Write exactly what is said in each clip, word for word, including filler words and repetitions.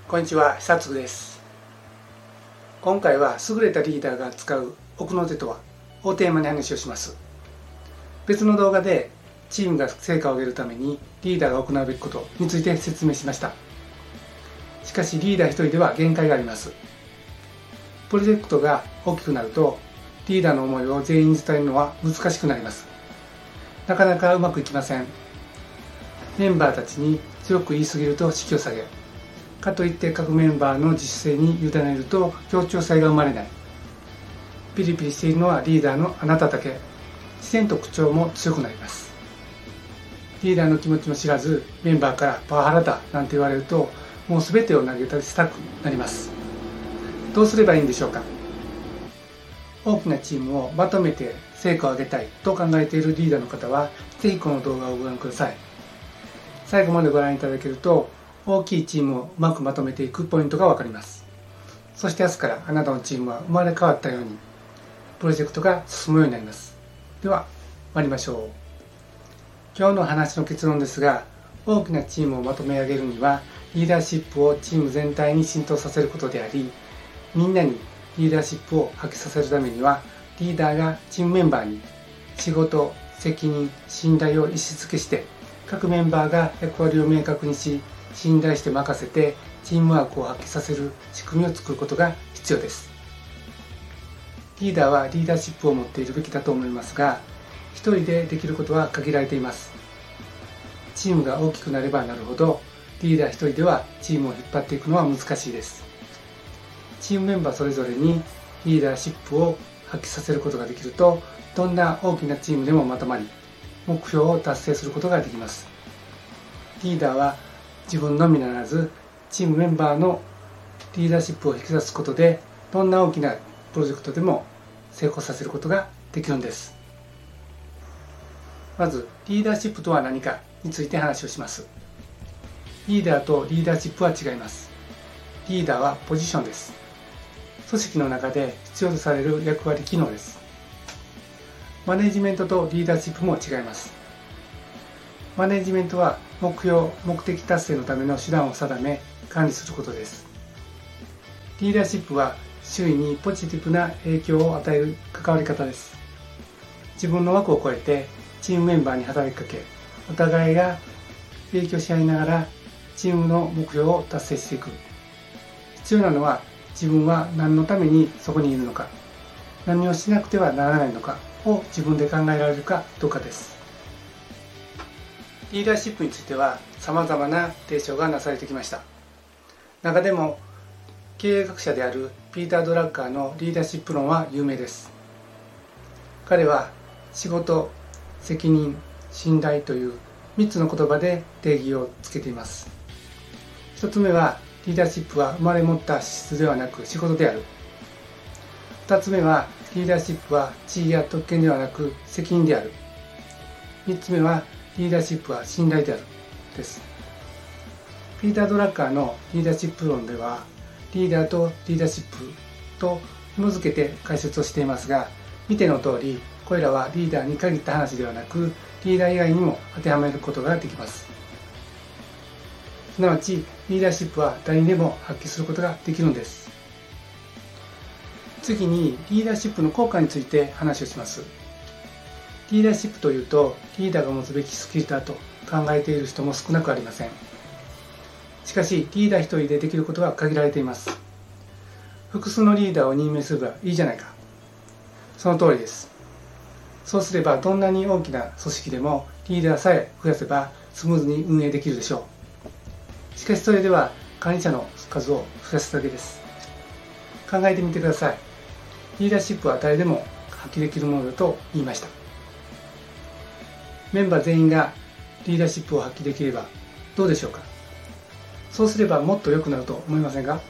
こんにちは、久津です。今回は優れたリーダーが使う奥の手とはをテーマに話をします。別の動画でチームが成果を上げるためにリーダーが行うべきことについて説明しました。しかしリーダー一人では限界があります。プロジェクトが大きくなるとリーダーの思いを全員に伝えるのは難しくなります。なかなかうまくいきません。メンバーたちに強く言い過ぎると士気を下げ、かといって各メンバーの自主性に委ねると協調性が生まれない。ピリピリしているのはリーダーのあなただけ。自然と口調も強くなります。リーダーの気持ちも知らずメンバーからパワハラだなんて言われるともう全てを投げ出したくなります。どうすればいいんでしょうか。大きなチームをまとめて成果を上げたいと考えているリーダーの方はぜひこの動画をご覧ください。最後までご覧いただけると大きいチームをうまくまとめていくポイントがわかります。そして明日からあなたのチームは生まれ変わったようにプロジェクトが進むようになります。では参りましょう。今日の話の結論ですが、大きなチームをまとめ上げるにはリーダーシップをチーム全体に浸透させることであり、みんなにリーダーシップを発揮させるためにはリーダーがチームメンバーに仕事、責任、信頼を意思付けして各メンバーが役割を明確にし信頼して任せてチームワークを発揮させる仕組みを作ることが必要です。リーダーはリーダーシップを持っているべきだと思いますが、一人でできることは限られています。チームが大きくなればなるほどリーダー一人ではチームを引っ張っていくのは難しいです。チームメンバーそれぞれにリーダーシップを発揮させることができると、どんな大きなチームでもまとまり目標を達成することができます。リーダーは自分のみならずチームメンバーのリーダーシップを引き出すことでどんな大きなプロジェクトでも成功させることができるんです。まずリーダーシップとは何かについて話をします。リーダーとリーダーシップは違います。リーダーはポジションです。組織の中で必要とされる役割機能です。マネジメントとリーダーシップも違います。マネジメントは目標・目的達成のための手段を定め管理することです。リーダーシップは周囲にポジティブな影響を与える関わり方です。自分の枠を超えてチームメンバーに働きかけ、お互いが影響し合いながらチームの目標を達成していく。必要なのは自分は何のためにそこにいるのか、何をしなくてはならないのかを自分で考えられるかどうかです。リーダーシップについては様々な提唱がなされてきました。中でも経営学者であるピーター・ドラッカーのリーダーシップ論は有名です。彼は仕事、責任、信頼というみっつの言葉で定義をつけています。ひとつめはリーダーシップは生まれ持った資質ではなく仕事である。ふたつめはリーダーシップは地位や特権ではなく責任である。みっつめはリーダーシップは信頼であるです。ピーター・ドラッカーのリーダーシップ論ではリーダーとリーダーシップと紐付けて解説をしていますが、見ての通りこれらはリーダーに限った話ではなくリーダー以外にも当てはめることができます。すなわちリーダーシップは誰にでも発揮することができるのです。次にリーダーシップの効果について話をします。リーダーシップというとリーダーが持つべきスキルだと考えている人も少なくありません。しかしリーダー一人でできることは限られています。複数のリーダーを任命すればいいじゃないか。その通りです。そうすればどんなに大きな組織でもリーダーさえ増やせばスムーズに運営できるでしょう。しかしそれでは管理者の数を増やすだけです。考えてみてください。リーダーシップは誰でも発揮できるものだと言いました。メンバー全員がリーダーシップを発揮できればどうでしょうか。そうすればもっと良くなると思いませんか。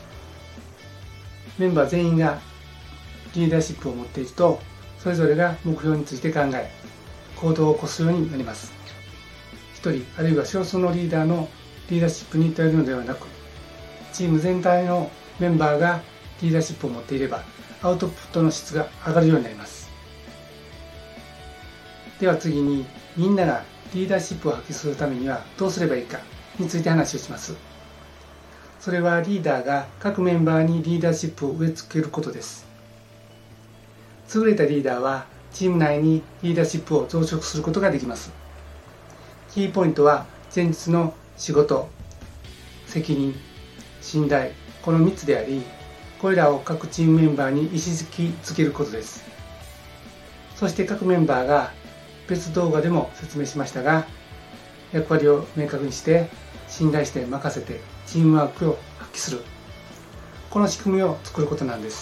メンバー全員がリーダーシップを持っているとそれぞれが目標について考え行動を起こすようになります。一人あるいは少数のリーダーのリーダーシップに頼るのではなく、チーム全体のメンバーがリーダーシップを持っていればアウトプットの質が上がるようになります。では次にみんながリーダーシップを発揮するためにはどうすればいいかについて話をします。 それはリーダーが各メンバーにリーダーシップを植え付けることです。優れたリーダーはチーム内にリーダーシップを増殖することができます。キーポイントは前日の仕事、責任、信頼、このみっつであり、これらを各チームメンバーに意思づけることです。そして各メンバーが別動画でも説明しましたが、役割を明確にして信頼して任せてチームワークを発揮する、この仕組みを作ることなんです。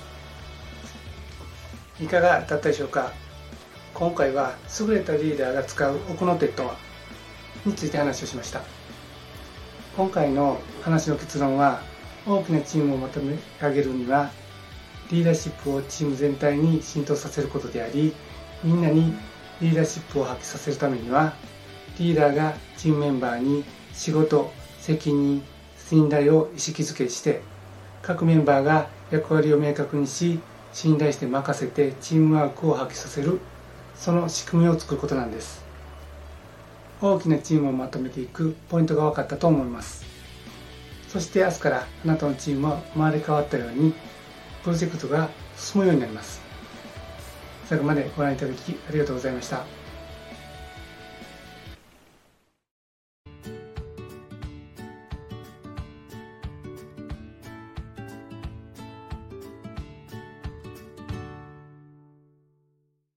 いかがだったでしょうか。今回は優れたリーダーが使う奥の手とはについて話をしました。今回の話の結論は、大きなチームをまとめ上げるにはリーダーシップをチーム全体に浸透させることであり、みんなにリーダーシップを発揮させるためにはリーダーがチームメンバーに仕事、責任、信頼を意識づけして、各メンバーが役割を明確にし信頼して任せてチームワークを発揮させる、その仕組みを作ることなんです。大きなチームをまとめていくポイントが分かったと思います。そして明日からあなたのチームは生まれ変わったようにプロジェクトが進むようになります。最後までご覧いただきありがとうございました。